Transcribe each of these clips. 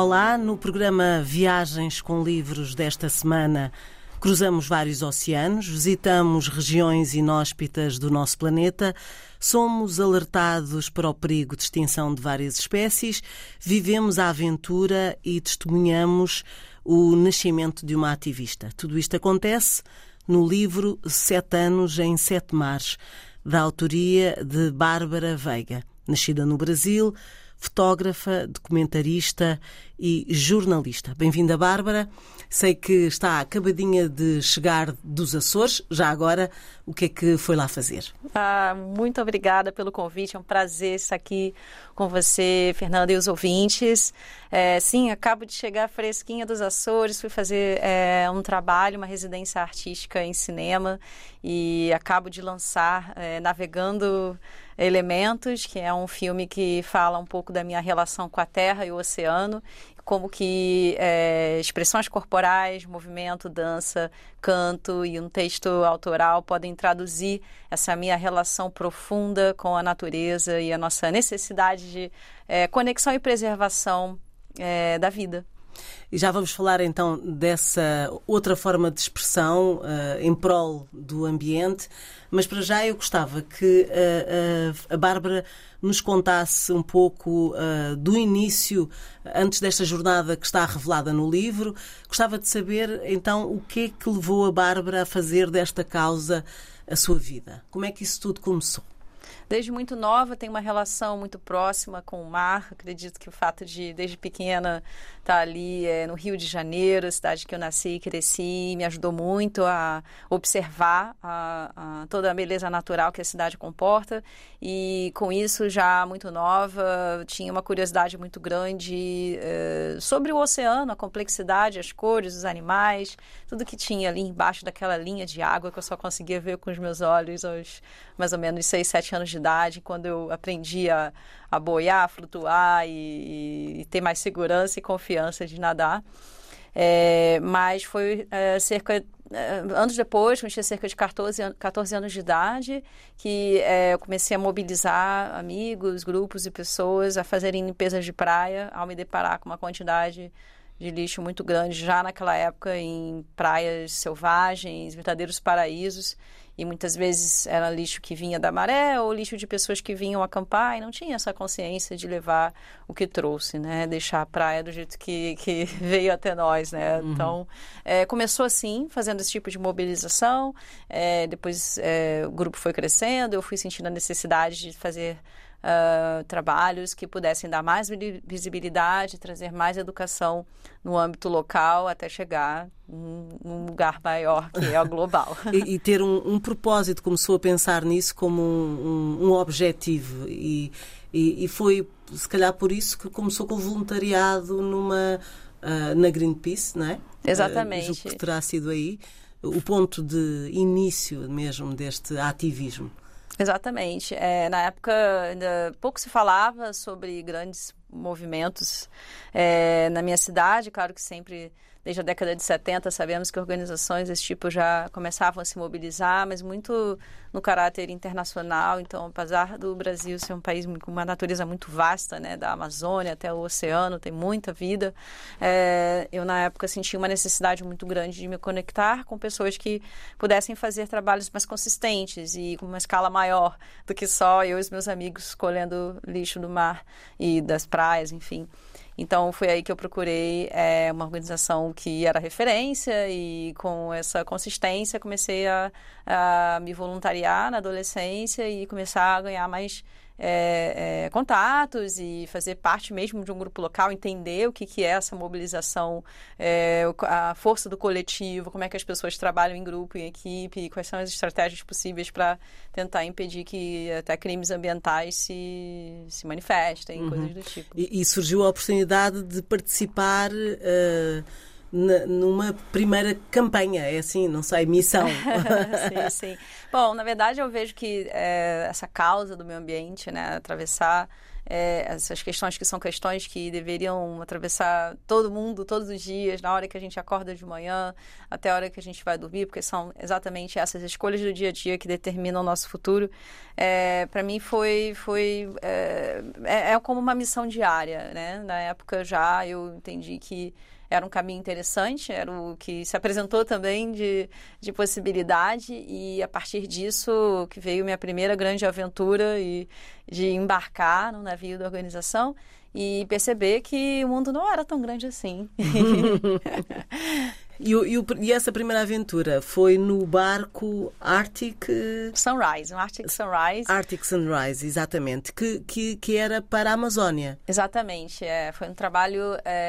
Olá, no programa Viagens com Livros desta semana cruzamos vários oceanos, visitamos regiões inóspitas do nosso planeta, somos alertados para o perigo de extinção de várias espécies, vivemos a aventura e testemunhamos o nascimento de uma ativista. Tudo isto acontece no livro 7 anos em 7 mares, da autoria de Bárbara Veiga, nascida no Brasil, fotógrafa, documentarista e jornalista. Bem-vinda, Bárbara. Sei que está acabadinha de chegar dos Açores. Já agora, o que é que foi lá fazer? Muito obrigada pelo convite. É um prazer estar aqui com você, Fernanda, e os ouvintes. Sim, acabo de chegar fresquinha dos Açores. Fui fazer um trabalho, uma residência artística em cinema e acabo de lançar Navegando Elementos, que é um filme que fala um pouco da minha relação com a terra e o oceano, como que expressões corporais, movimento, dança, canto e um texto autoral podem traduzir essa minha relação profunda com a natureza e a nossa necessidade de conexão e preservação da vida. E já vamos falar então dessa outra forma de expressão em prol do ambiente, mas para já eu gostava que a Bárbara nos contasse um pouco do início, antes desta jornada que está revelada no livro. Gostava de saber então o que é que levou a Bárbara a fazer desta causa a sua vida. Como é que isso tudo começou? Desde muito nova, tenho uma relação muito próxima com o mar. Acredito que o fato de, desde pequena, estar ali no Rio de Janeiro, cidade que eu nasci e cresci, me ajudou muito a observar toda a beleza natural que a cidade comporta. E, com isso, já muito nova, tinha uma curiosidade muito grande sobre o oceano, a complexidade, as cores, os animais, tudo que tinha ali embaixo daquela linha de água que eu só conseguia ver com os meus olhos aos mais ou menos 6, 7 anos de idade, quando eu aprendi a boiar, a flutuar e ter mais segurança e confiança de nadar. Mas foi anos depois, quando eu tinha cerca de 14 anos de idade, que eu comecei a mobilizar amigos, grupos e pessoas a fazerem limpezas de praia, ao me deparar com uma quantidade de lixo muito grande já naquela época em praias selvagens, verdadeiros paraísos. E muitas vezes era lixo que vinha da maré ou lixo de pessoas que vinham acampar e não tinha essa consciência de levar o que trouxe, né? Deixar a praia do jeito que veio até nós, né? Uhum. Então, começou assim, fazendo esse tipo de mobilização. Depois o grupo foi crescendo, eu fui sentindo a necessidade de fazer trabalhos que pudessem dar mais visibilidade, trazer mais educação no âmbito local até chegar num lugar maior, que é o global. E ter um propósito, começou a pensar nisso como um objetivo e foi se calhar por isso que começou com o voluntariado na Greenpeace, não é? Exatamente. Julgo que terá sido aí o ponto de início mesmo deste ativismo. Exatamente. Na época, ainda pouco se falava sobre grandes movimentos na minha cidade. Claro que sempre, desde a década de 70, sabemos que organizações desse tipo já começavam a se mobilizar, mas muito no caráter internacional. Então, apesar do Brasil ser um país com uma natureza muito vasta, né, da Amazônia até o oceano, tem muita vida, eu, na época, senti uma necessidade muito grande de me conectar com pessoas que pudessem fazer trabalhos mais consistentes e com uma escala maior do que só eu e os meus amigos colhendo lixo do mar e das praias, enfim. Então, foi aí que eu procurei uma organização que era referência e, com essa consistência, comecei a me voluntariar na adolescência e começar a ganhar mais contatos e fazer parte mesmo de um grupo local, entender o que é essa mobilização, a força do coletivo, como é que as pessoas trabalham em grupo, em equipe, quais são as estratégias possíveis para tentar impedir que até crimes ambientais se manifestem, coisas do tipo. E surgiu a oportunidade de participar numa primeira campanha, é assim, não sei, missão. Sim, sim. Bom, na verdade eu vejo que essa causa do meio ambiente, né, atravessar essas questões que são questões que deveriam atravessar todo mundo, todos os dias, na hora que a gente acorda de manhã, até a hora que a gente vai dormir, porque são exatamente essas escolhas do dia a dia que determinam o nosso futuro. Para mim foi como uma missão diária, né? Na época já eu entendi que era um caminho interessante, era o que se apresentou também de possibilidade, e a partir disso que veio minha primeira grande aventura de embarcar no navio da organização e perceber que o mundo não era tão grande assim. E essa primeira aventura foi no barco Arctic Sunrise, um Arctic Sunrise. Arctic Sunrise, exatamente, que era para a Amazónia. Exatamente, foi um trabalho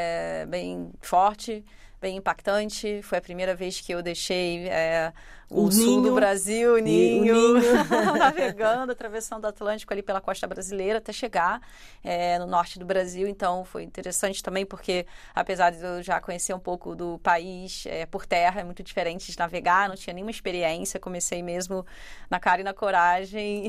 bem forte, bem impactante. Foi a primeira vez que eu deixei o sul do Brasil, o Ninho. Navegando, atravessando o Atlântico ali pela costa brasileira até chegar no norte do Brasil. Então foi interessante também porque, apesar de eu já conhecer um pouco do país por terra, é muito diferente de navegar, não tinha nenhuma experiência, comecei mesmo na cara e na coragem.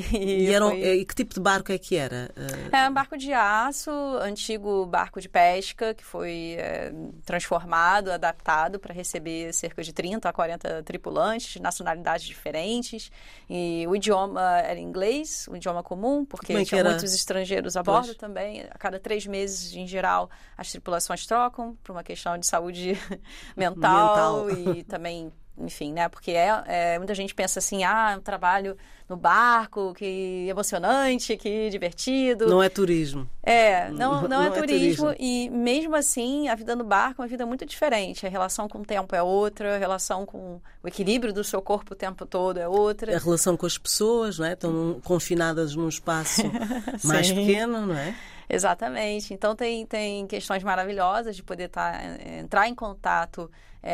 E que tipo de barco é que era? É um barco de aço, antigo barco de pesca, que foi transformado, adaptado para receber cerca de 30 a 40 tripulantes de nacionalidades diferentes, e o idioma era inglês, um idioma comum, porque tinha muitos estrangeiros a bordo também. A cada 3 meses, em geral, as tripulações trocam por uma questão de saúde mental. E também, enfim, né? Porque muita gente pensa assim, um trabalho no barco, que emocionante, que divertido. Não é turismo. Não é turismo. E mesmo assim, a vida no barco é uma vida muito diferente. A relação com o tempo é outra, a relação com o equilíbrio do seu corpo o tempo todo é outra. A relação com as pessoas, não é? Estão confinadas num espaço mais pequeno, não é? Exatamente. Então tem questões maravilhosas de poder entrar em contato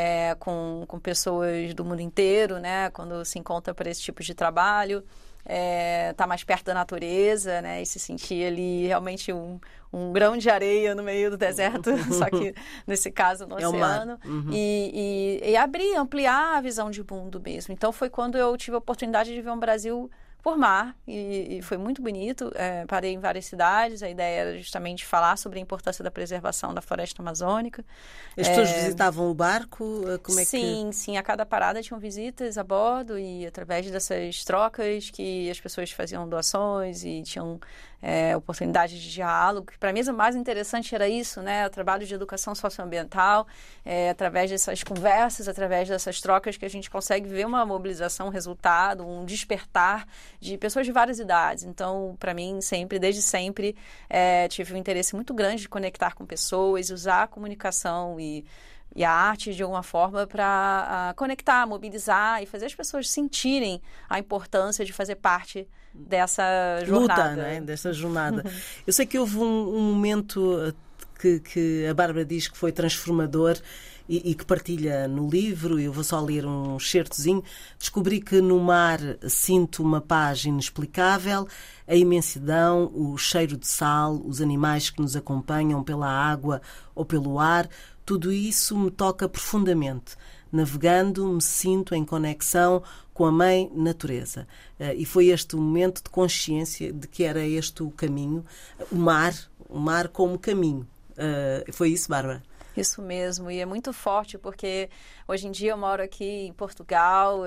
com pessoas do mundo inteiro, né? Quando se encontra para esse tipo de trabalho, estar mais perto da natureza, né? E se sentir ali realmente um grão de areia no meio do deserto, só que nesse caso no oceano. Uhum. E ampliar a visão de mundo mesmo. Então foi quando eu tive a oportunidade de ver um Brasil por mar, e foi muito bonito. Parei em várias cidades. A ideia era justamente falar sobre a importância da preservação da floresta amazônica. As pessoas visitavam o barco? Sim, a cada parada tinham visitas a bordo, e através dessas trocas que as pessoas faziam doações e tinham oportunidade de diálogo. Para mim, o mais interessante era isso, né? O trabalho de educação socioambiental, através dessas conversas, através dessas trocas, que a gente consegue ver uma mobilização, um resultado, um despertar de pessoas de várias idades. Então, para mim, desde sempre, tive um interesse muito grande de conectar com pessoas, usar a comunicação e a arte de alguma forma para conectar, mobilizar e fazer as pessoas sentirem a importância de fazer parte dessa jornada. Luta, né? Dessa jornada. Eu sei que houve um momento que a Bárbara diz que foi transformador e que partilha no livro. Eu vou só ler um excertozinho. Descobri que no mar sinto uma paz inexplicável, a imensidão, o cheiro de sal, os animais que nos acompanham pela água ou pelo ar, tudo isso me toca profundamente. Navegando, me sinto em conexão com a mãe natureza. E foi este o momento de consciência de que era este o caminho, o mar como caminho. Foi isso, Bárbara? Isso mesmo, e é muito forte porque hoje em dia eu moro aqui em Portugal,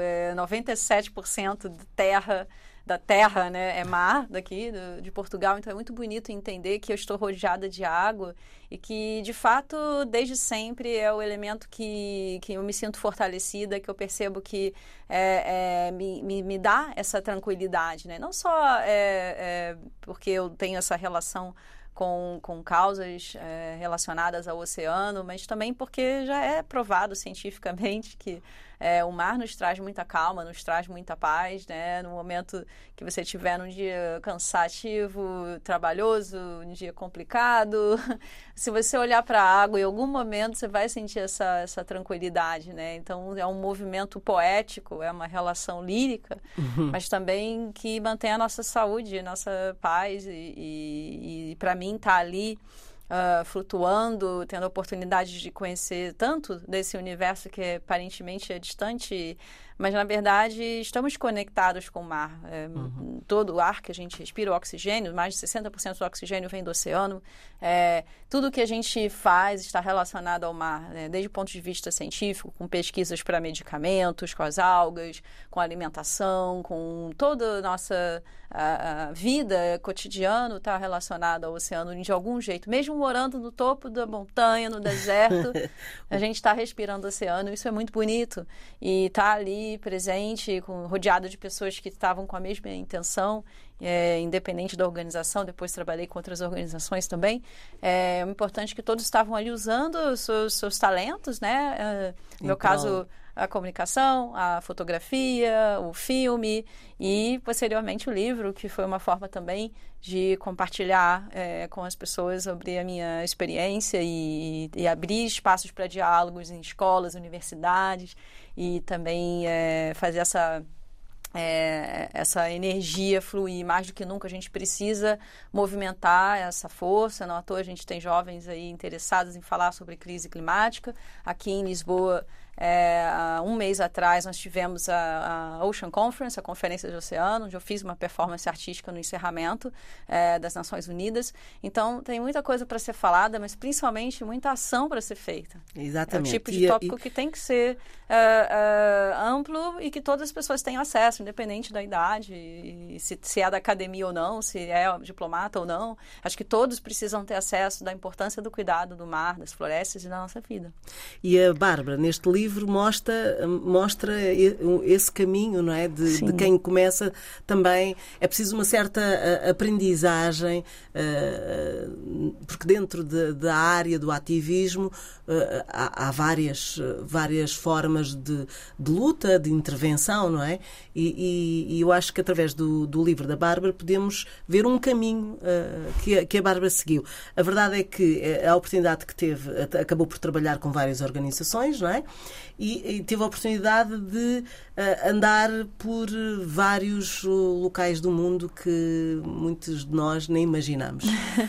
97% da terra, né, é mar daqui de Portugal, então é muito bonito entender que eu estou rodeada de água e que, de fato, desde sempre é o elemento que eu me sinto fortalecida, que eu percebo que me dá essa tranquilidade, né? Não só porque eu tenho essa relação com causas relacionadas ao oceano, mas também porque já é provado cientificamente que o mar nos traz muita calma, nos traz muita paz, né? No momento que você estiver num dia cansativo, trabalhoso, um dia complicado, se você olhar para a água, em algum momento você vai sentir essa tranquilidade, né? Então é um movimento poético, é uma relação lírica, mas também que mantém a nossa saúde, a nossa paz, e para mim tá ali flutuando, tendo a oportunidade de conhecer tanto desse universo que aparentemente é distante, mas na verdade estamos conectados com o mar. Todo o ar que a gente respira, o oxigênio, mais de 60% do oxigênio vem do oceano. Tudo que a gente faz está relacionado ao mar, né? Desde o ponto de vista científico, com pesquisas para medicamentos, com as algas, com a alimentação, com toda a nossa vida cotidiana está relacionada ao oceano de algum jeito. Mesmo morando no topo da montanha, no deserto, a gente está respirando o oceano. Isso é muito bonito. E tá ali presente, rodeado de pessoas que estavam com a mesma intenção, independente da organização. Depois trabalhei com outras organizações também. É importante que todos estavam ali usando seus talentos, né? No meu caso, a comunicação, a fotografia, o filme e, posteriormente, o livro, que foi uma forma também de compartilhar com as pessoas sobre a minha experiência e abrir espaços para diálogos em escolas, universidades e também fazer essa energia fluir. Mais do que nunca a gente precisa movimentar essa força. Não à toa a gente tem jovens aí interessados em falar sobre crise climática. Aqui em Lisboa, um mês atrás, nós tivemos a Ocean Conference, a Conferência de Oceano, onde eu fiz uma performance artística no encerramento das Nações Unidas. Então, tem muita coisa para ser falada, mas principalmente muita ação para ser feita. Exatamente. É o tipo de tópico que tem que ser amplo e que todas as pessoas tenham acesso, independente da idade, e se é da academia ou não, se é diplomata ou não. Acho que todos precisam ter acesso da importância do cuidado do mar, das florestas e da nossa vida. E a Bárbara, neste livro, mostra esse caminho, não é? De quem começa também. É preciso uma certa aprendizagem, porque dentro da área do ativismo há várias formas de luta, de intervenção, não é? E eu acho que através do livro da Bárbara podemos ver um caminho que a Bárbara seguiu. A verdade é que a oportunidade que teve, acabou por trabalhar com várias organizações, não é? E teve a oportunidade de andar por vários locais do mundo que muitos de nós nem imaginamos.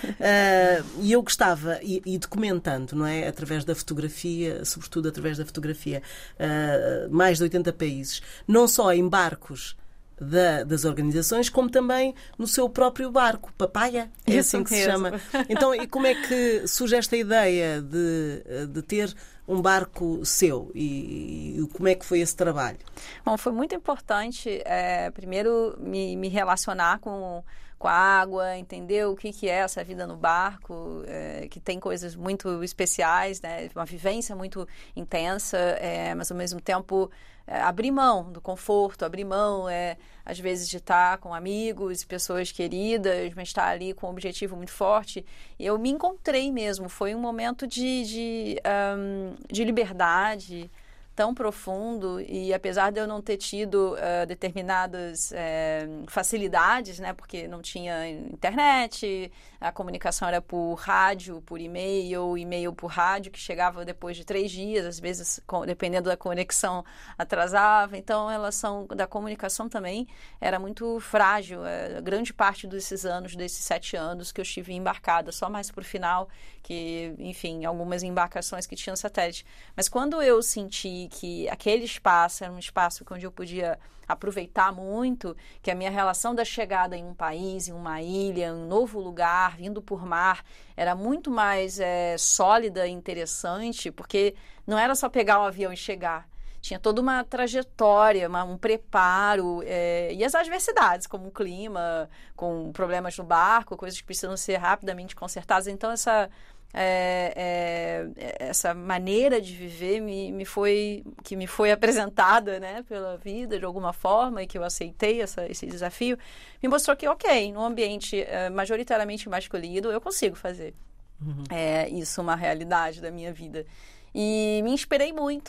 E eu gostava, e documentando, não é? Através da fotografia, sobretudo através da fotografia, mais de 80 países, não só em barcos das organizações, como também no seu próprio barco, Papaya, é assim que se chama. Então, e como é que surge esta ideia de ter um barco seu e como é que foi esse trabalho? Bom, foi muito importante, primeiro, me relacionar com a água, entender o que é essa vida no barco, que tem coisas muito especiais, né? Uma vivência muito intensa, mas ao mesmo tempo abrir mão do conforto, abrir mão, às vezes, de estar com amigos, pessoas queridas, mas estar ali com um objetivo muito forte. Eu me encontrei mesmo, foi um momento de liberdade tão profundo, e apesar de eu não ter tido determinadas facilidades, né, porque não tinha internet, a comunicação era por rádio, por e-mail por rádio, que chegava depois de 3 dias, às vezes, dependendo da conexão, atrasava. Então, a relação da comunicação também era muito frágil. Grande parte desses 7 anos que eu estive embarcada, só mais para o final, que, enfim, algumas embarcações que tinham satélite. Mas quando eu senti que aquele espaço era um espaço onde eu podia aproveitar muito, que a minha relação da chegada em um país, em uma ilha, em um novo lugar, vindo por mar, era muito mais sólida e interessante, porque não era só pegar um avião e chegar. Tinha toda uma trajetória, um preparo, e as adversidades, como o clima, com problemas no barco, coisas que precisam ser rapidamente consertadas. Então, essa maneira de viver que me foi apresentada, né, pela vida de alguma forma, e que eu aceitei esse desafio, me mostrou que, num ambiente majoritariamente masculino, eu consigo fazer isso uma realidade da minha vida. E me inspirei muito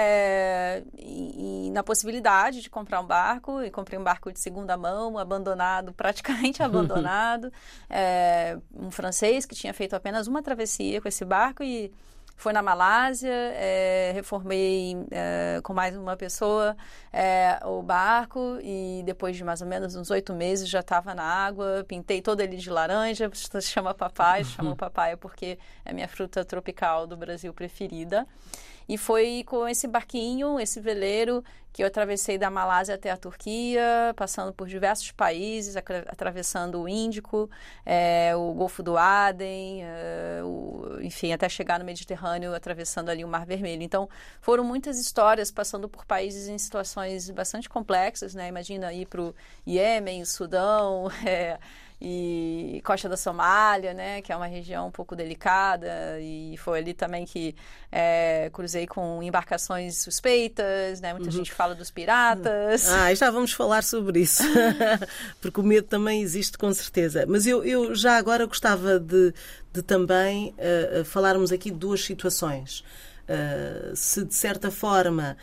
na possibilidade de comprar um barco, e comprei um barco de segunda mão, praticamente abandonado, um francês que tinha feito apenas uma travessia com esse barco, e Foi na Malásia, reformei com mais uma pessoa o barco e depois de mais ou menos uns 8 meses já estava na água, pintei todo ele de laranja, chama papaya porque é a minha fruta tropical do Brasil preferida. E foi com esse barquinho, esse veleiro, que eu atravessei da Malásia até a Turquia, passando por diversos países, atravessando o Índico, o Golfo do Aden, enfim, até chegar no Mediterrâneo, atravessando ali o Mar Vermelho. Então, foram muitas histórias passando por países em situações bastante complexas, né? Imagina ir para o Iêmen, Sudão, e Costa da Somália, né, que é uma região um pouco delicada, e foi ali também que cruzei com embarcações suspeitas, né, muita gente fala dos piratas. Já vamos falar sobre isso, porque o medo também existe com certeza. Mas eu já agora gostava de também falarmos aqui de 2 situações. Se de certa forma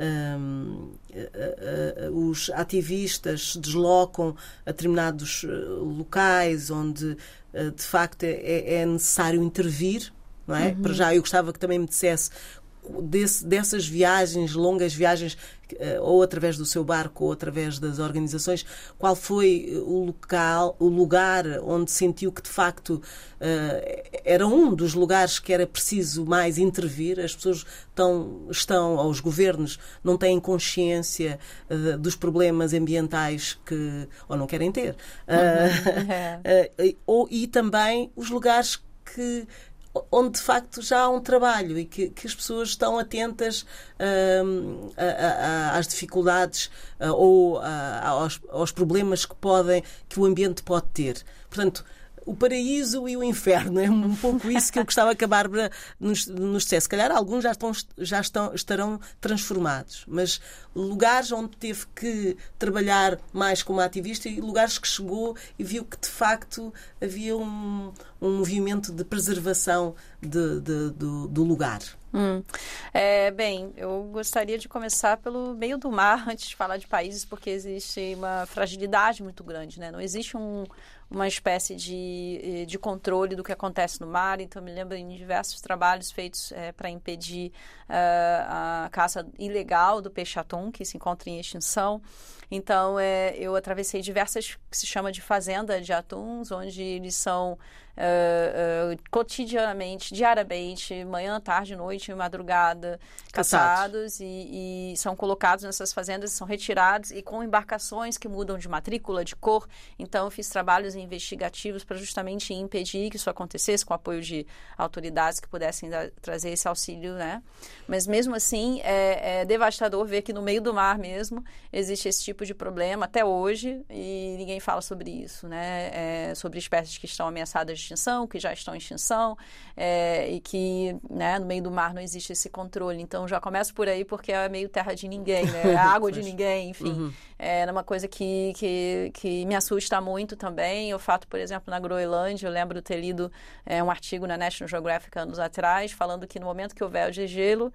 os ativistas se deslocam a determinados locais onde de facto é necessário intervir, não é? Para já eu gostava que também me dissesse dessas viagens, longas viagens, ou através do seu barco ou através das organizações, qual foi o lugar onde sentiu que de facto era um dos lugares que era preciso mais intervir? As pessoas ou os governos não têm consciência dos problemas ambientais ou não querem ter. E também os lugares onde de facto já há um trabalho e que as pessoas estão atentas às dificuldades ou aos problemas que o ambiente pode ter. Portanto, o paraíso e o inferno, é um pouco isso que eu gostava que a Bárbara nos dissesse. Se calhar alguns já estarão transformados, mas lugares onde teve que trabalhar mais como ativista e lugares que chegou e viu que de facto havia um movimento de preservação do lugar. Bem, eu gostaria de começar pelo meio do mar antes de falar de países, porque existe uma fragilidade muito grande, né? Não existe uma espécie de controle do que acontece no mar. Então, me lembro em diversos trabalhos feitos para impedir a caça ilegal do peixe-atum, que se encontra em extinção. Então, eu atravessei diversas, que se chama de fazenda de atuns, onde eles são cotidianamente, diariamente, manhã, tarde, noite, madrugada, caçados e são colocados nessas fazendas, são retirados e com embarcações que mudam de matrícula, de cor. Então, eu fiz trabalhos investigativos para justamente impedir que isso acontecesse, com o apoio de autoridades que pudessem trazer esse auxílio, né? Mas mesmo assim, é devastador ver que no meio do mar mesmo existe esse tipo de problema até hoje e ninguém fala sobre isso, né? Sobre espécies que estão ameaçadas de extinção, que já estão em extinção, e que, né, no meio do mar não existe esse controle. Então, já começo por aí, porque é meio terra de ninguém, né? É água de ninguém, enfim. É uma coisa que me assusta muito também. O fato, por exemplo, na Groenlândia, eu lembro de ter lido um artigo na National Geographic anos atrás, falando que no momento que houver o degelo,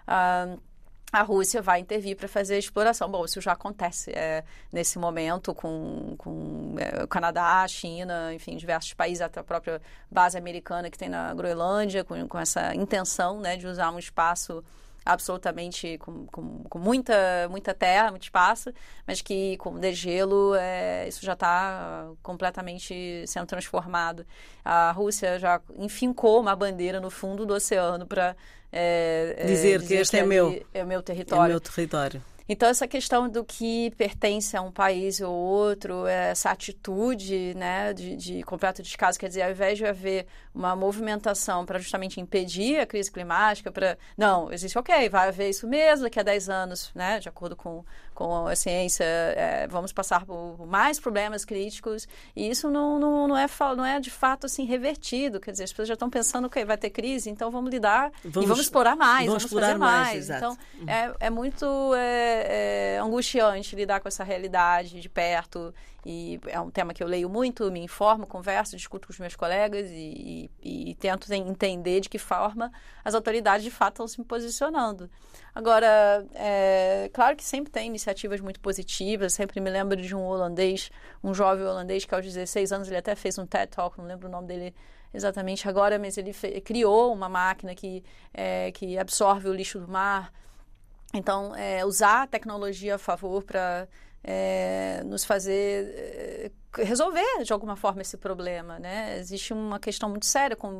a Rússia vai intervir para fazer a exploração. Bom, isso já acontece nesse momento com o Canadá, a China, enfim, diversos países, até a própria base americana que tem na Groenlândia, com essa intenção, né, de usar um espaço absolutamente com muita terra, muito espaço, mas que com degelo isso já está completamente sendo transformado. A Rússia já enfincou uma bandeira no fundo do oceano para dizer que este é o meu território. É o meu território. Então, essa questão do que pertence a um país ou outro, essa atitude, né, de completo descaso, quer dizer, ao invés de haver uma movimentação para justamente impedir a crise climática, não, existe, vai haver isso mesmo, daqui a 10 anos, né, de acordo com a ciência, vamos passar por mais problemas críticos, e isso não é de fato assim revertido, quer dizer, as pessoas já estão pensando que vai ter crise, então vamos lidar e vamos explorar mais, vamos fazer mais. Então, é muito angustiante lidar com essa realidade de perto, e é um tema que eu leio muito, me informo, converso, discuto com os meus colegas e tento entender de que forma as autoridades de fato estão se posicionando. Agora, claro que sempre tem iniciativas muito positivas, sempre me lembro de um jovem holandês que aos 16 anos ele até fez um TED Talk, não lembro o nome dele exatamente agora, mas ele criou uma máquina que absorve o lixo do mar. Então, usar a tecnologia a favor para nos fazer resolver, de alguma forma, esse problema, né? Existe uma questão muito séria com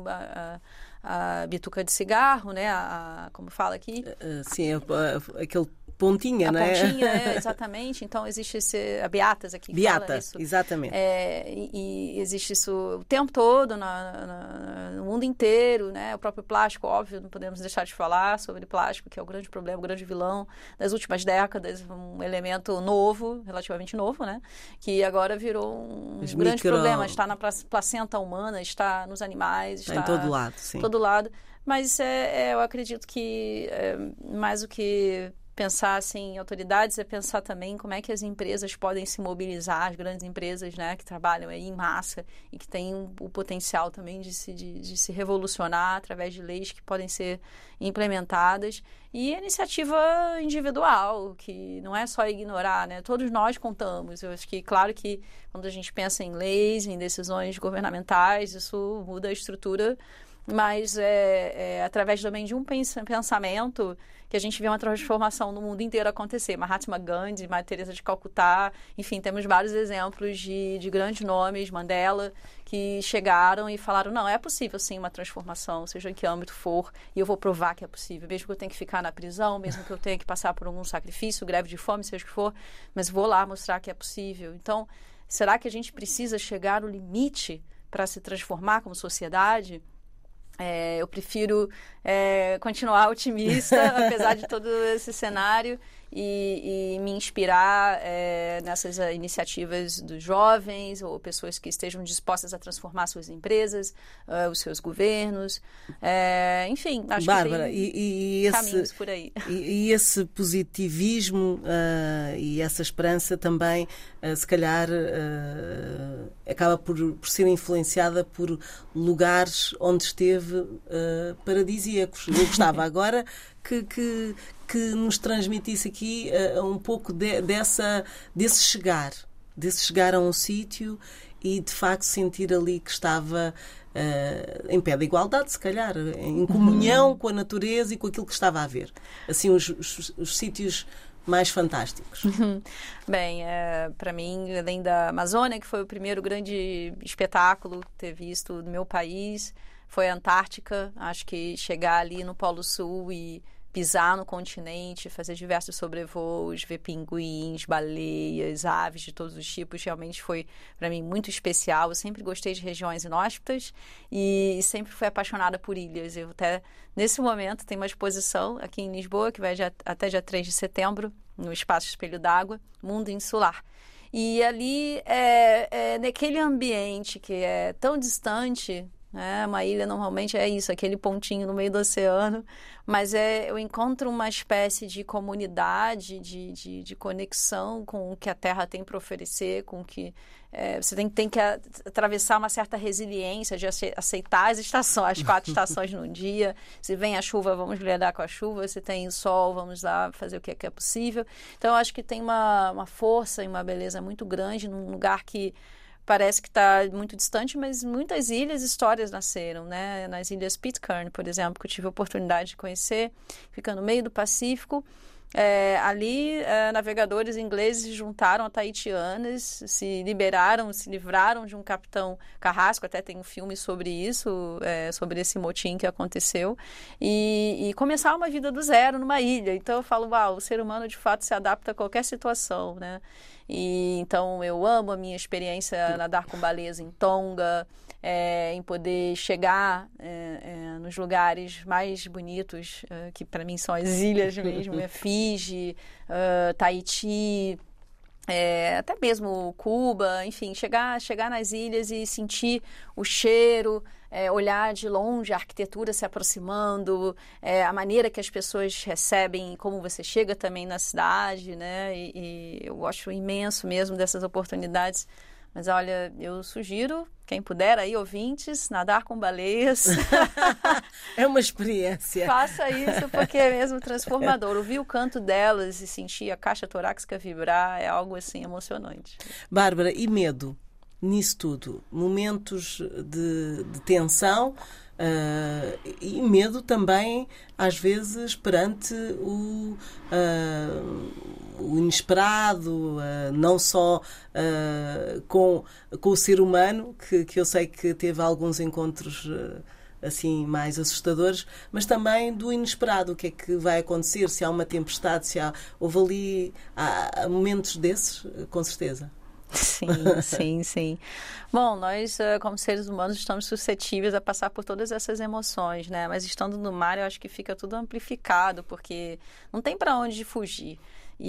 a bituca de cigarro, né? Como fala aqui? Sim, aquele pontinha, não é? A pontinha, exatamente. Então, existe a beatas aqui. Beata, exatamente. E existe isso o tempo todo, no mundo inteiro, né? O próprio plástico, óbvio, não podemos deixar de falar sobre plástico, que é o grande problema, o grande vilão das últimas décadas, um elemento novo, relativamente novo, né? Que agora virou um grande problema. Está na placenta humana, está nos animais, está em todo lado, sim. Todo lado. Mas eu acredito que mais do que pensar assim, em autoridades, é pensar também como é que as empresas podem se mobilizar, as grandes empresas, né, que trabalham aí em massa e que têm o potencial também de se revolucionar através de leis que podem ser implementadas, e a iniciativa individual, que não é só ignorar, né? Todos nós contamos. Eu acho que, claro que quando a gente pensa em leis, em decisões governamentais, isso muda a estrutura, mas através também de um pensamento que a gente vê uma transformação no mundo inteiro acontecer. Mahatma Gandhi, Madre Teresa de Calcutá, enfim, temos vários exemplos de grandes nomes, Mandela, que chegaram e falaram, não, é possível sim uma transformação, seja em que âmbito for, e eu vou provar que é possível, mesmo que eu tenha que ficar na prisão, mesmo que eu tenha que passar por algum sacrifício, greve de fome, seja o que for, mas vou lá mostrar que é possível. Então, será que a gente precisa chegar no limite para se transformar como sociedade? Eu prefiro continuar otimista, apesar de todo esse cenário, e me inspirar nessas iniciativas dos jovens ou pessoas que estejam dispostas a transformar suas empresas, os seus governos. Enfim, acho Bárbara, que tem caminhos por aí. E esse positivismo e essa esperança também, se calhar, acaba por ser influenciada por lugares onde esteve paradisíacos. Eu gostava agora que nos transmitisse aqui um pouco desse chegar a um sítio e de facto sentir ali que estava em pé de igualdade, se calhar, em comunhão com a natureza e com aquilo que estava a ver. Assim, os sítios mais fantásticos. Bem, para mim, além da Amazônia, que foi o primeiro grande espetáculo ter visto do meu país, foi a Antártica. Acho que chegar ali no Polo Sul e pisar no continente, fazer diversos sobrevoos, ver pinguins, baleias, aves de todos os tipos, realmente foi, para mim, muito especial. Eu sempre gostei de regiões inóspitas e sempre fui apaixonada por ilhas. Eu até, nesse momento, tenho uma exposição aqui em Lisboa, que vai até dia 3 de setembro, no Espaço Espelho d'Água, Mundo Insular. E ali, naquele ambiente que é tão distante, uma ilha normalmente é isso, aquele pontinho no meio do oceano, mas eu encontro uma espécie de comunidade, de conexão com o que a Terra tem para oferecer, com que você tem que atravessar uma certa resiliência de aceitar as estações, as 4 estações num dia. Se vem a chuva, vamos lidar com a chuva. Se tem o sol, vamos lá fazer o que é possível. Então, eu acho que tem uma força e uma beleza muito grande num lugar que parece que está muito distante, mas muitas ilhas, histórias nasceram, né? Nas ilhas Pitcairn, por exemplo, que eu tive a oportunidade de conhecer, fica no meio do Pacífico. Ali, navegadores ingleses se juntaram a tahitianas, se livraram de um capitão carrasco, até tem um filme sobre isso, sobre esse motim que aconteceu, e começar uma vida do zero numa ilha. Então eu falo, o ser humano de fato se adapta a qualquer situação, né? E então eu amo a minha experiência nadar com baleias em Tonga, em poder chegar nos lugares mais bonitos, que para mim são as ilhas mesmo, Fiji, Tahiti, até mesmo Cuba, enfim, chegar nas ilhas e sentir o cheiro, olhar de longe a arquitetura se aproximando, a maneira que as pessoas recebem, como você chega também na cidade, né? E eu gosto imenso mesmo dessas oportunidades. Mas olha, eu sugiro, quem puder aí, ouvintes, nadar com baleias. É uma experiência. Faça isso, porque é mesmo transformador. Ouvir o canto delas e sentir a caixa torácica vibrar é algo assim emocionante. Bárbara, e medo? nisso tudo? Momentos de tensão e medo também, às vezes, perante o inesperado, não só com o ser humano, que eu sei que teve alguns encontros assim mais assustadores, mas também do inesperado, o que é que vai acontecer, se há uma tempestade, houve ali há momentos desses, com certeza. Sim, sim, sim. Bom, nós, como seres humanos, estamos suscetíveis a passar por todas essas emoções, né? Mas estando no mar, eu acho que fica tudo amplificado, porque não tem para onde fugir.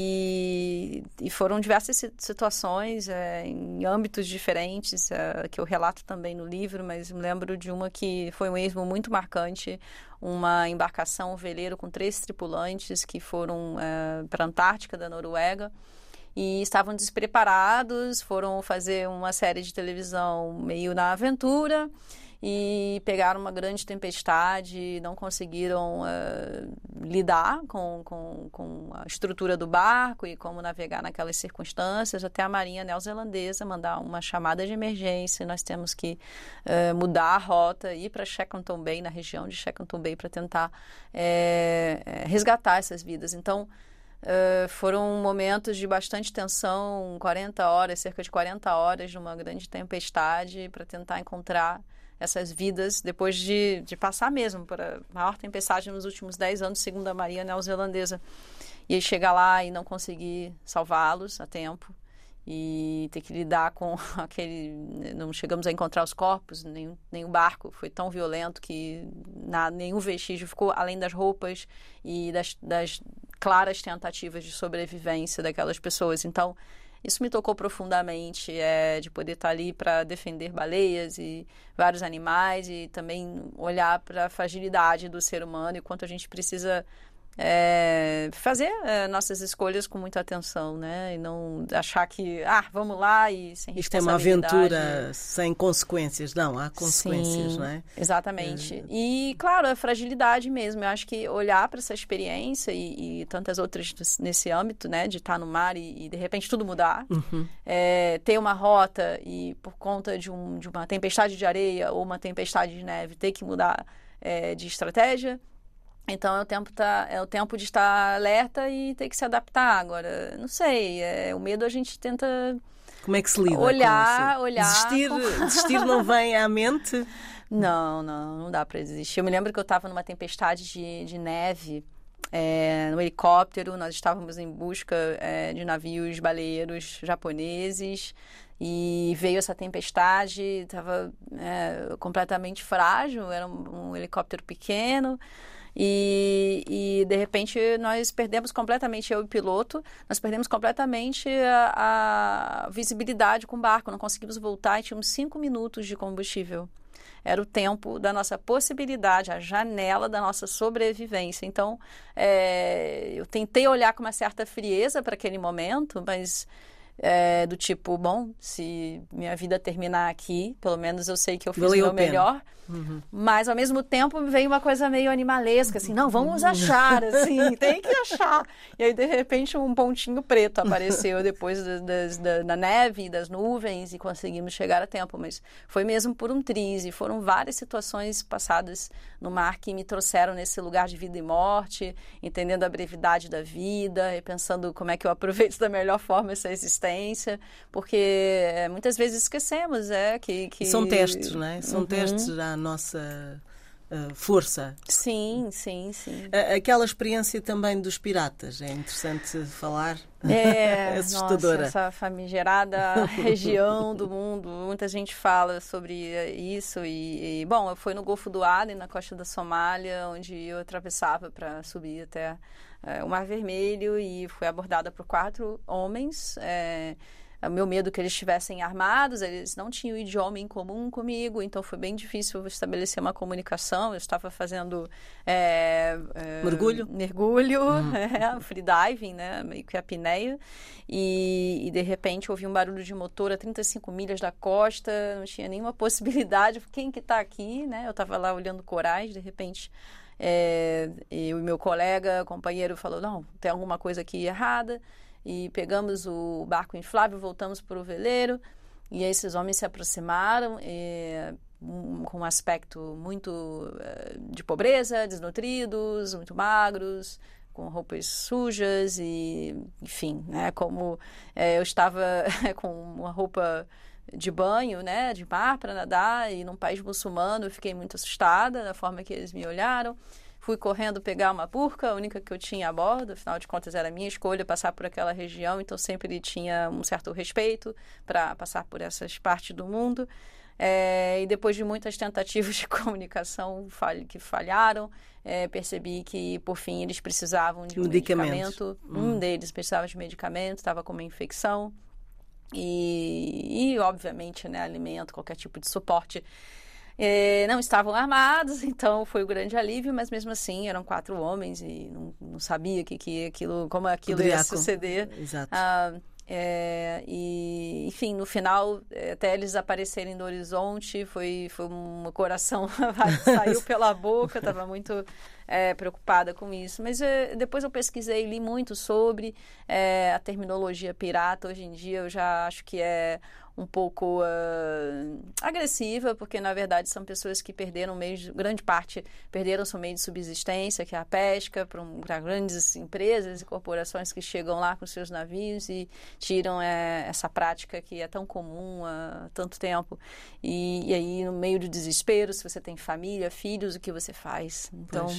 E foram diversas situações em âmbitos diferentes, que eu relato também no livro, mas me lembro de uma que foi mesmo muito marcante, uma embarcação, um veleiro com 3 tripulantes que foram para a Antártica da Noruega, e estavam despreparados, foram fazer uma série de televisão meio na aventura e pegaram uma grande tempestade, não conseguiram lidar com a estrutura do barco e como navegar naquelas circunstâncias, até a Marinha neozelandesa mandar uma chamada de emergência. Nós temos que mudar a rota, ir para Shackleton Bay, na região de Shackleton Bay, para tentar resgatar essas vidas. Então, foram momentos de bastante tensão, 40 horas, cerca de 40 horas de uma grande tempestade para tentar encontrar essas vidas depois de passar mesmo por a maior tempestade nos últimos 10 anos, segundo a Marinha neozelandesa. E aí chegar lá e não conseguir salvá-los a tempo e ter que lidar com aquele... Não chegamos a encontrar os corpos, nem o barco foi tão violento que nenhum vestígio ficou, além das roupas e das claras tentativas de sobrevivência daquelas pessoas. Então, isso me tocou profundamente, de poder estar ali para defender baleias e vários animais e também olhar para a fragilidade do ser humano e quanto a gente precisa fazer nossas escolhas com muita atenção, né? E não achar que, vamos lá e sem responsabilidade. Isto é uma aventura sem consequências. Não, há consequências, Sim, não é? Exatamente. E, claro, a fragilidade mesmo. Eu acho que olhar para essa experiência e tantas outras nesse âmbito, né? De estar no mar e de repente tudo mudar. Ter uma rota e por conta de uma tempestade de areia ou uma tempestade de neve ter que mudar de estratégia. Então, é o tempo de estar alerta e ter que se adaptar. Agora, não sei, o medo a gente tenta... Como é que se lida olhar, com isso? Desistir não vem à mente? Não dá para desistir. Eu me lembro que eu estava numa tempestade de neve, no helicóptero. Nós estávamos em busca de navios baleeiros japoneses e veio essa tempestade, estava completamente frágil, era um helicóptero pequeno. E de repente nós perdemos completamente, eu e o piloto, nós perdemos completamente a visibilidade com o barco, não conseguimos voltar e tínhamos 5 minutos de combustível. Era o tempo da nossa possibilidade, a janela da nossa sobrevivência. Então, eu tentei olhar com uma certa frieza para aquele momento, mas... do tipo, bom, se minha vida terminar aqui, pelo menos eu sei que eu fiz o meu melhor. Mas, ao mesmo tempo, me veio uma coisa meio animalesca, assim, não, vamos achar, assim, tem que achar. E aí, de repente, um pontinho preto apareceu depois da neve e das nuvens e conseguimos chegar a tempo. Mas foi mesmo por um triz e foram várias situações passadas no mar que me trouxeram nesse lugar de vida e morte, entendendo a brevidade da vida e pensando como é que eu aproveito da melhor forma essa existência, porque muitas vezes esquecemos que... São testes, não é? São testes à nossa força. Sim. Aquela experiência também dos piratas, é interessante falar. Assustadora. Nossa, essa famigerada região do mundo, muita gente fala sobre isso bom, eu fui no Golfo do Aden, na costa da Somália, onde eu atravessava para subir até o Mar Vermelho e fui abordada por 4 homens. O meu medo que eles estivessem armados, eles não tinham idioma em comum comigo, então foi bem difícil estabelecer uma comunicação. Eu estava fazendo mergulho, freediving, né, meio que apneia, e de repente ouvi um barulho de motor a 35 milhas da costa, não tinha nenhuma possibilidade, quem que está aqui, né? Eu estava lá olhando corais, de repente... e o meu companheiro falou, não, tem alguma coisa aqui errada. E pegamos o barco inflável, voltamos para o veleiro E esses homens se aproximaram com um aspecto muito de pobreza, desnutridos, muito magros, com roupas sujas e, enfim, né, como eu estava com uma roupa de banho, né, de mar para nadar, e num país muçulmano eu fiquei muito assustada da forma que eles me olharam. Fui correndo pegar uma burca, a única que eu tinha a bordo, afinal de contas era a minha escolha passar por aquela região, então sempre tinha um certo respeito para passar por essas partes do mundo. E depois de muitas tentativas de comunicação que falharam, percebi que, por fim, eles precisavam de um medicamento. Um deles precisava de medicamento, estava com uma infecção e obviamente, né, alimento, qualquer tipo de suporte. Não estavam armados, então foi um grande alívio, mas mesmo assim eram 4 homens e não sabia como aquilo ia suceder. Exato. E, enfim, no final, até eles aparecerem no horizonte, foi um coração saiu pela boca, estava muito preocupada com isso. Mas depois eu pesquisei, li muito sobre a terminologia pirata. Hoje em dia eu já acho que é um pouco agressiva, porque na verdade são pessoas que perderam grande parte perderam seu meio de subsistência, que é a pesca, para grandes empresas e corporações que chegam lá com seus navios e tiram essa prática que é tão comum há tanto tempo. E aí, no meio do desespero, se você tem família, filhos, o que você faz? Então,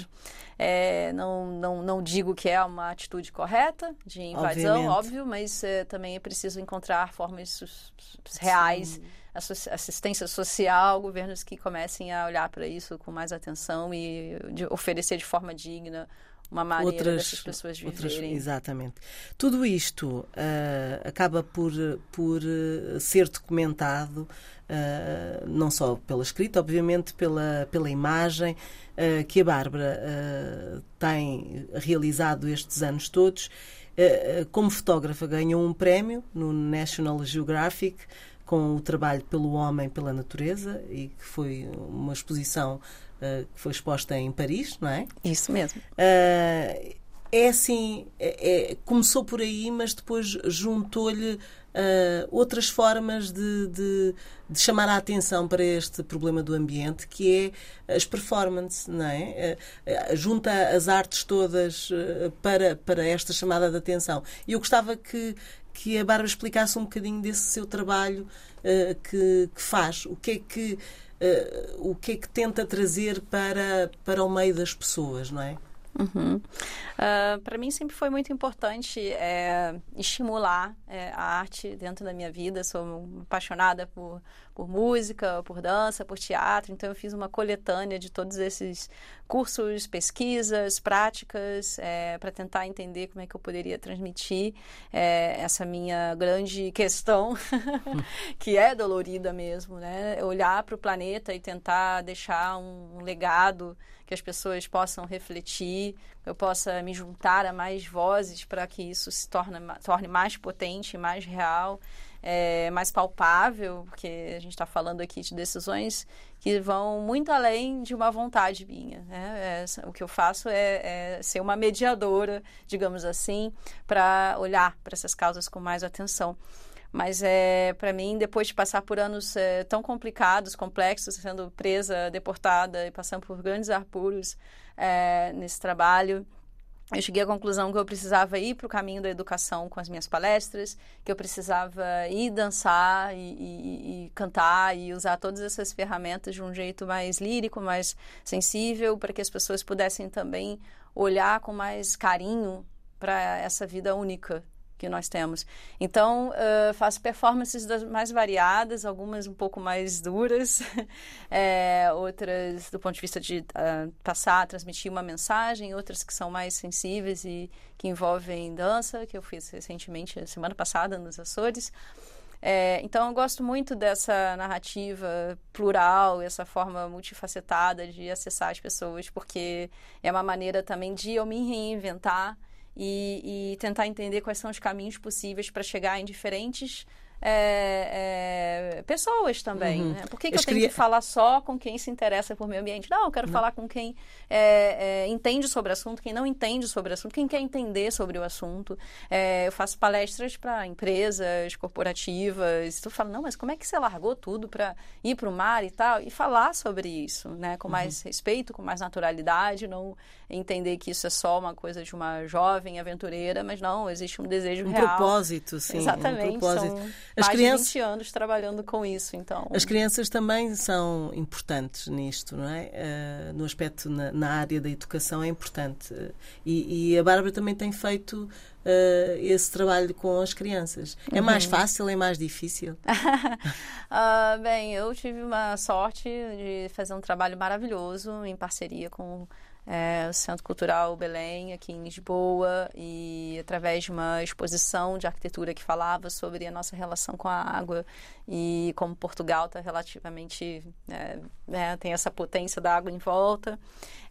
não digo que é uma atitude correta de invasão, óbvio, mas também é preciso encontrar formas reais, assistência social, governos que comecem a olhar para isso com mais atenção e oferecer de forma digna uma maneira dessas pessoas viverem. Exatamente. Tudo isto acaba por ser documentado, não só pela escrita, obviamente pela imagem que a Bárbara tem realizado estes anos todos. Como fotógrafa ganhou um prémio no National Geographic com o trabalho pelo homem pela natureza, e que foi uma exposição que foi exposta em Paris, não é? Isso mesmo. Começou por aí, mas depois juntou-lhe outras formas de chamar a atenção para este problema do ambiente, que é as performances, não é? Junta as artes todas para esta chamada de atenção. E eu gostava que a Bárbara explicasse um bocadinho desse seu trabalho que faz. O que é que tenta trazer para o meio das pessoas, não é? Uhum. Para mim sempre foi muito importante estimular a arte dentro da minha vida. Sou apaixonada por música, por dança, por teatro, então eu fiz uma coletânea de todos esses cursos, pesquisas, práticas, para tentar entender como é que eu poderia transmitir essa minha grande questão, que é dolorida mesmo, né? Olhar para o planeta e tentar deixar um legado que as pessoas possam refletir, que eu possa me juntar a mais vozes para que isso se torne mais potente, mais real, mais palpável, porque a gente está falando aqui de decisões que vão muito além de uma vontade minha, né? O que eu faço é ser uma mediadora, digamos assim, para olhar para essas causas com mais atenção. Mas, para mim, depois de passar por anos tão complicados, complexos, sendo presa, deportada e passando por grandes apuros nesse trabalho, eu cheguei à conclusão que eu precisava ir para o caminho da educação com as minhas palestras, que eu precisava ir dançar e cantar e usar todas essas ferramentas de um jeito mais lírico, mais sensível, para que as pessoas pudessem também olhar com mais carinho para essa vida única que nós temos. Então, faço performances das mais variadas, algumas um pouco mais duras, outras do ponto de vista de transmitir uma mensagem, outras que são mais sensíveis e que envolvem dança, que eu fiz recentemente, semana passada, nos Açores. Então, eu gosto muito dessa narrativa plural, essa forma multifacetada de acessar as pessoas, porque é uma maneira também de eu me reinventar e tentar entender quais são os caminhos possíveis para chegar em diferentes pessoas também. Né? Por que eu tenho que falar só com quem se interessa por meio ambiente? Não, eu quero falar com quem entende sobre o assunto, quem não entende sobre o assunto, quem quer entender sobre o assunto. Eu faço palestras para empresas corporativas. E tu fala, não, mas como é que você largou tudo para ir para o mar e tal? E falar sobre isso, né? Com mais respeito, com mais naturalidade, não entender que isso é só uma coisa de uma jovem aventureira, mas não, existe um desejo real. Um propósito, sim. Exatamente, propósito. São mais de 20 anos trabalhando com isso, então... As crianças também são importantes nisto, não é? No aspecto, na área da educação é importante. E a Bárbara também tem feito esse trabalho com as crianças. É mais fácil, é mais difícil? Bem, eu tive uma sorte de fazer um trabalho maravilhoso em parceria com o Centro Cultural Belém, aqui em Lisboa, e através de uma exposição de arquitetura que falava sobre a nossa relação com a água e como Portugal está relativamente... tem essa potência da água em volta,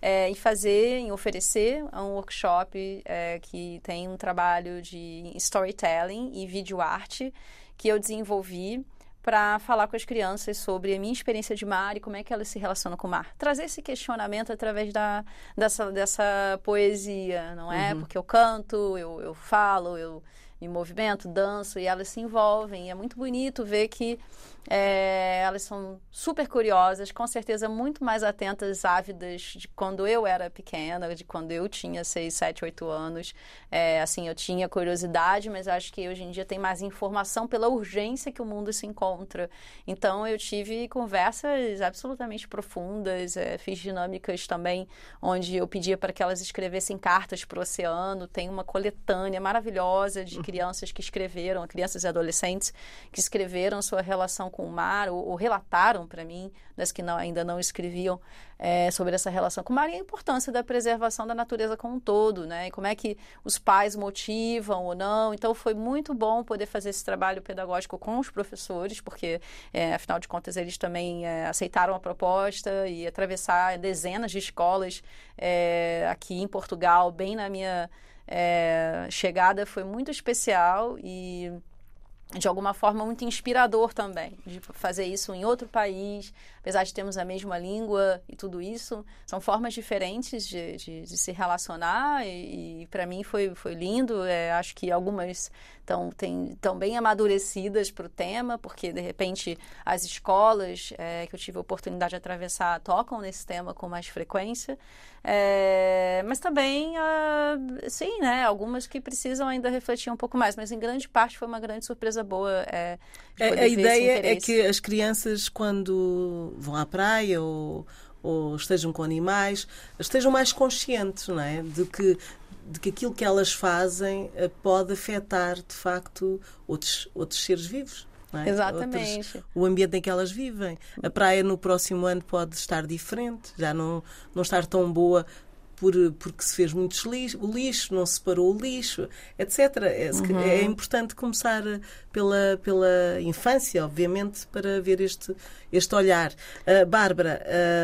em oferecer um workshop que tem um trabalho de storytelling e videoarte que eu desenvolvi para falar com as crianças sobre a minha experiência de mar e como é que elas se relacionam com o mar. Trazer esse questionamento através dessa poesia, não é? Porque eu canto, eu falo, eu me movimento, danço e elas se envolvem. E é muito bonito ver que elas são super curiosas, com certeza muito mais atentas, ávidas de quando eu era pequena, de quando eu tinha 6, 7, 8 anos. Assim, eu tinha curiosidade, mas acho que hoje em dia tem mais informação pela urgência que o mundo se encontra. Então, eu tive conversas absolutamente profundas, fiz dinâmicas também, onde eu pedia para que elas escrevessem cartas para o oceano. Tem uma coletânea maravilhosa de crianças que escreveram, crianças e adolescentes que escreveram sua relação com o mar, ou relataram para mim, das que ainda não escreviam, sobre essa relação com o mar e a importância da preservação da natureza como um todo, né? E como é que os pais motivam ou não. Então, foi muito bom poder fazer esse trabalho pedagógico com os professores, porque, afinal de contas, eles também aceitaram a proposta e atravessar dezenas de escolas aqui em Portugal, bem na minha chegada, foi muito especial e de alguma forma muito inspirador também, de fazer isso em outro país, apesar de termos a mesma língua e tudo isso, são formas diferentes de se relacionar e para mim foi lindo. Acho que algumas estão bem amadurecidas para o tema, porque de repente as escolas que eu tive a oportunidade de atravessar tocam nesse tema com mais frequência, mas também, sim, né, algumas que precisam ainda refletir um pouco mais, mas em grande parte foi uma grande surpresa boa. A ideia é que as crianças, quando vão à praia ou estejam com animais, estejam mais conscientes, não é? De que aquilo que elas fazem pode afetar, de facto, outros seres vivos. Não é? Exatamente. O ambiente em que elas vivem. A praia no próximo ano pode estar diferente, já não estar tão boa porque se fez muito o lixo, não se separou o lixo, etc. É importante começar pela infância, obviamente, para ver este olhar. Bárbara,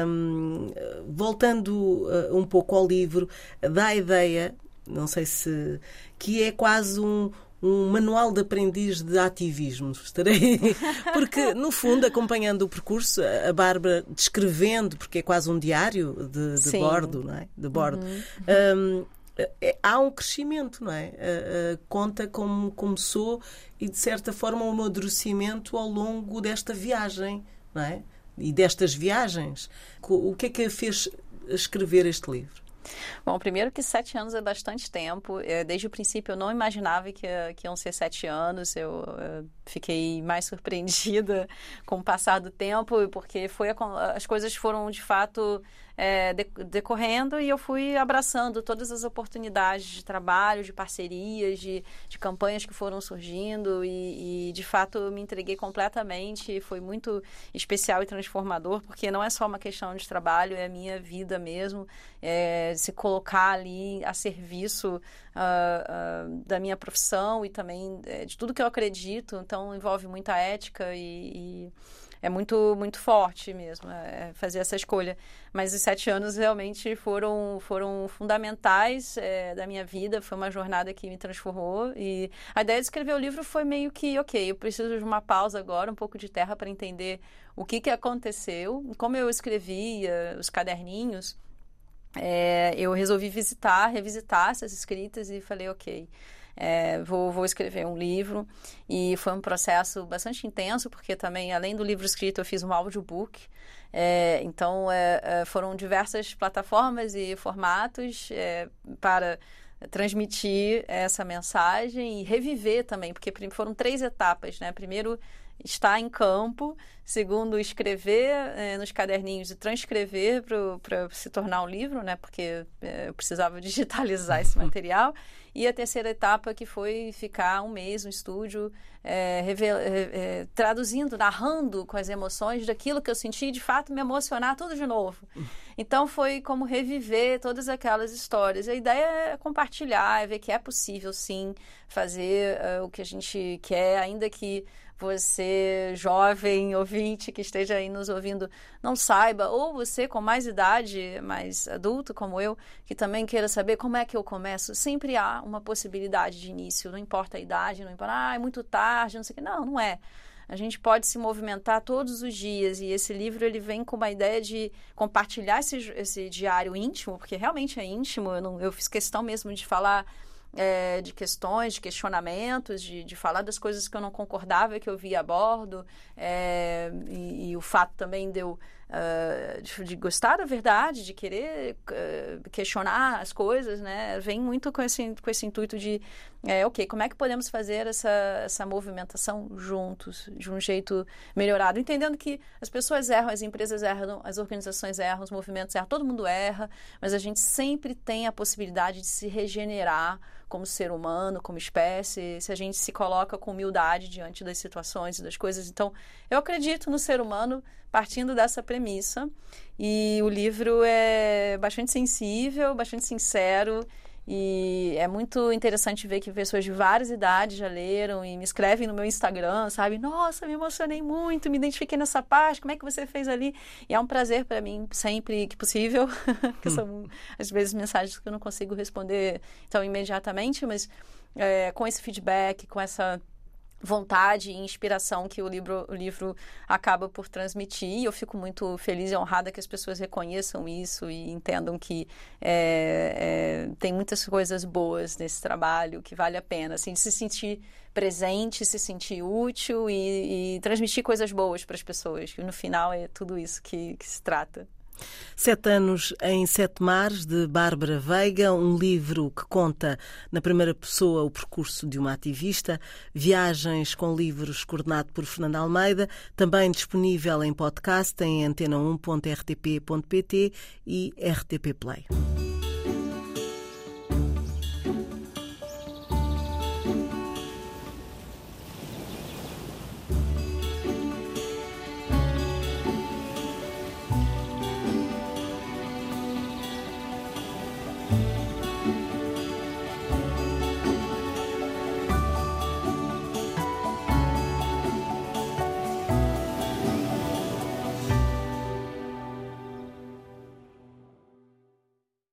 voltando um pouco ao livro, dá a ideia, não sei se... que é quase um manual de aprendiz de ativismo. Porque, no fundo, acompanhando o percurso, a Bárbara descrevendo, porque é quase um diário de bordo, não é? De bordo. Há um crescimento, não é? Conta como começou e, de certa forma, um amadurecimento ao longo desta viagem, não é? E destas viagens. O que é que a fez escrever este livro? Bom, primeiro que 7 anos é bastante tempo. Desde o princípio eu não imaginava que iam ser 7 anos. Eu fiquei mais surpreendida com o passar do tempo, porque as coisas foram de fato decorrendo e eu fui abraçando todas as oportunidades de trabalho, de parcerias, de campanhas que foram surgindo e de fato eu me entreguei completamente. Foi muito especial e transformador, porque não é só uma questão de trabalho, é a minha vida mesmo, se colocar ali a serviço da minha profissão e também de tudo que eu acredito. Então envolve muita ética e muito, muito forte mesmo, fazer essa escolha. Mas os 7 anos realmente foram fundamentais da minha vida, foi uma jornada que me transformou. E a ideia de escrever o livro foi meio que, ok, eu preciso de uma pausa agora, um pouco de terra para entender o que aconteceu. Como eu escrevia os caderninhos, eu resolvi revisitar essas escritas e falei, ok, vou escrever um livro. E foi um processo bastante intenso, porque também, além do livro escrito, eu fiz um audiobook. Então, foram diversas plataformas e formatos para transmitir essa mensagem e reviver também, porque foram 3 etapas, né? Primeiro, estar em campo. Segundo, escrever nos caderninhos e transcrever para se tornar um livro, né? Porque eu precisava digitalizar esse material. E a terceira etapa, que foi ficar um mês no estúdio, traduzindo, narrando com as emoções daquilo que eu senti, de fato me emocionar tudo de novo. Então foi como reviver todas aquelas histórias. A ideia é compartilhar, é ver que é possível sim fazer o que a gente quer, ainda que você, jovem ouvinte que esteja aí nos ouvindo, não saiba, ou você com mais idade, mais adulto como eu, que também queira saber como é que eu começo, sempre há uma possibilidade de início, não importa a idade, não importa, é muito tarde, não sei o que, não é. A gente pode se movimentar todos os dias, e esse livro ele vem com uma ideia de compartilhar esse diário íntimo, porque realmente é íntimo, eu fiz questão mesmo de falar de questões, de questionamentos, de falar das coisas que eu não concordava, que eu via a bordo, e o fato também de eu de gostar da verdade, de querer questionar as coisas, né? Vem muito com esse intuito de, ok, como é que podemos fazer essa movimentação juntos, de um jeito melhorado, entendendo que as pessoas erram, as empresas erram, as organizações erram, os movimentos erram, todo mundo erra, mas a gente sempre tem a possibilidade de se regenerar como ser humano, como espécie, se a gente se coloca com humildade diante das situações e das coisas. Então, eu acredito no ser humano partindo dessa premissa, e o livro é bastante sensível, bastante sincero, e é muito interessante ver que pessoas de várias idades já leram e me escrevem no meu Instagram, sabe? Nossa, me emocionei muito, me identifiquei nessa parte, como é que você fez ali? E é um prazer para mim, sempre que possível, que são às vezes mensagens que eu não consigo responder tão imediatamente, mas com esse feedback, com essa vontade e inspiração que o livro acaba por transmitir. E eu fico muito feliz e honrada que as pessoas reconheçam isso e entendam que tem muitas coisas boas nesse trabalho, que vale a pena, assim, de se sentir presente, se sentir útil e transmitir coisas boas para as pessoas. E no final é tudo isso que se trata. 7 anos em 7 mares, de Bárbara Veiga, um livro que conta na primeira pessoa o percurso de uma ativista. Viagens com livros, coordenado por Fernando Almeida, também disponível em podcast em antena1.rtp.pt e RTP Play.